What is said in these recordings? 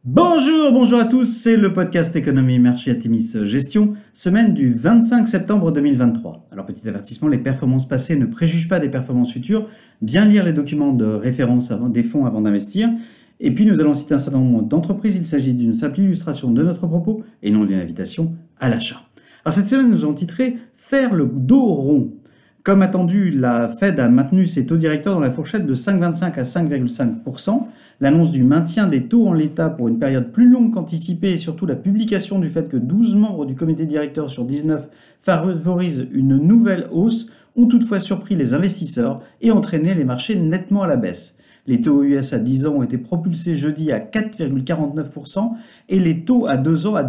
Bonjour à tous, c'est le podcast Économie Marché Atimis Gestion, semaine du 25 septembre 2023. Alors petit avertissement, les performances passées ne préjugent pas des performances futures, bien lire les documents de référence des fonds avant d'investir. Et puis nous allons citer un certain nombre d'entreprises, il s'agit d'une simple illustration de notre propos et non d'une invitation à l'achat. Alors cette semaine nous avons titré « Faire le dos rond ». Comme attendu, la Fed a maintenu ses taux directeurs dans la fourchette de 5,25 à 5,5%. L'annonce du maintien des taux en l'état pour une période plus longue qu'anticipée et surtout la publication du fait que 12 membres du comité directeur sur 19 favorisent une nouvelle hausse ont toutefois surpris les investisseurs et entraîné les marchés nettement à la baisse. Les taux US à 10 ans ont été propulsés jeudi à 4,49% et les taux à 2 ans à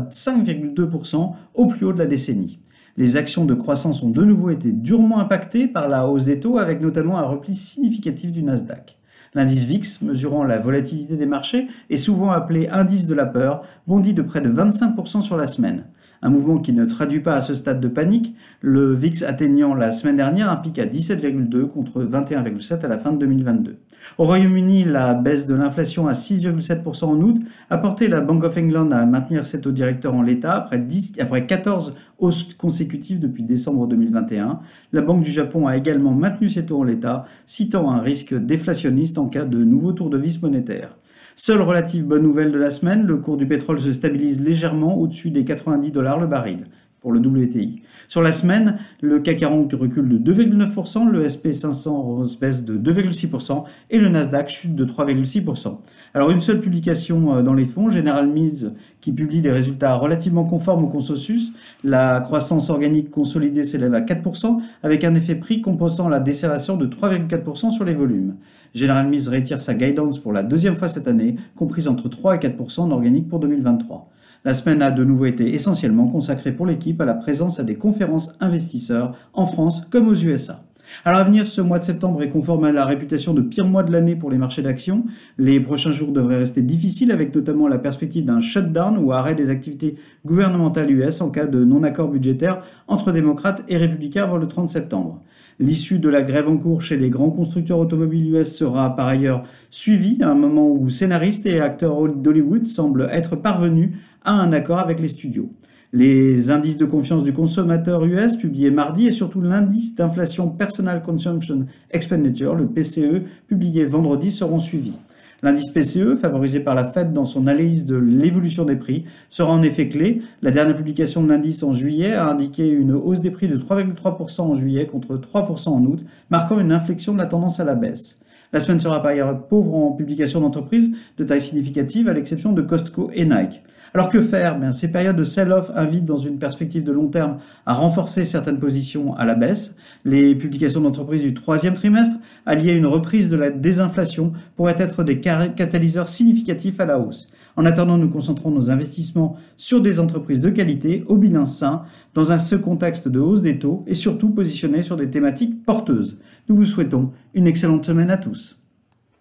5,2% au plus haut de la décennie. Les actions de croissance ont de nouveau été durement impactées par la hausse des taux avec notamment un repli significatif du Nasdaq. L'indice VIX, mesurant la volatilité des marchés et souvent appelé indice de la peur, bondit de près de 25% sur la semaine. Un mouvement qui ne traduit pas à ce stade de panique, le VIX atteignant la semaine dernière un pic à 17,2 contre 21,7 à la fin de 2022. Au Royaume-Uni, la baisse de l'inflation à 6,7% en août a porté la Bank of England à maintenir ses taux directeurs en l'état après 14 hausses consécutives depuis décembre 2021. La Banque du Japon a également maintenu ses taux en l'état, citant un risque déflationniste en cas de nouveau tour de vis monétaire. Seule relative bonne nouvelle de la semaine, le cours du pétrole se stabilise légèrement au-dessus des $90 le baril pour le WTI. Sur la semaine, le CAC 40 recule de 2,9%, le SP500 baisse de 2,6% et le Nasdaq chute de 3,6%. Alors une seule publication dans les fonds, General Mills, qui publie des résultats relativement conformes au consensus. La croissance organique consolidée s'élève à 4%, avec un effet prix compensant la décélération de 3,4% sur les volumes. General Mills retire sa guidance pour la deuxième fois cette année, comprise entre 3 et 4% en organique pour 2023. La semaine a de nouveau été essentiellement consacrée pour l'équipe à la présence à des conférences investisseurs en France comme aux USA. Alors à venir, ce mois de septembre est conforme à la réputation de pire mois de l'année pour les marchés d'actions. Les prochains jours devraient rester difficiles avec notamment la perspective d'un shutdown ou arrêt des activités gouvernementales US en cas de non-accord budgétaire entre démocrates et républicains avant le 30 septembre. L'issue de la grève en cours chez les grands constructeurs automobiles US sera par ailleurs suivie à un moment où scénaristes et acteurs d'Hollywood semblent être parvenus à un accord avec les studios. Les indices de confiance du consommateur US publiés mardi et surtout l'indice d'inflation Personal Consumption Expenditure, le PCE, publié vendredi seront suivis. L'indice PCE, favorisé par la Fed dans son analyse de l'évolution des prix, sera en effet clé. La dernière publication de l'indice en juillet a indiqué une hausse des prix de 3,3% en juillet contre 3% en août, marquant une inflexion de la tendance à la baisse. La semaine sera par ailleurs pauvre en publication d'entreprises de taille significative, à l'exception de Costco et Nike. Alors que faire ? Ces périodes de sell-off invitent dans une perspective de long terme à renforcer certaines positions à la baisse. Les publications d'entreprises du troisième trimestre, alliées à une reprise de la désinflation, pourraient être des catalyseurs significatifs à la hausse. En attendant, nous concentrons nos investissements sur des entreprises de qualité, au bilan sain, dans ce contexte de hausse des taux et surtout positionnés sur des thématiques porteuses. Nous vous souhaitons une excellente semaine à tous.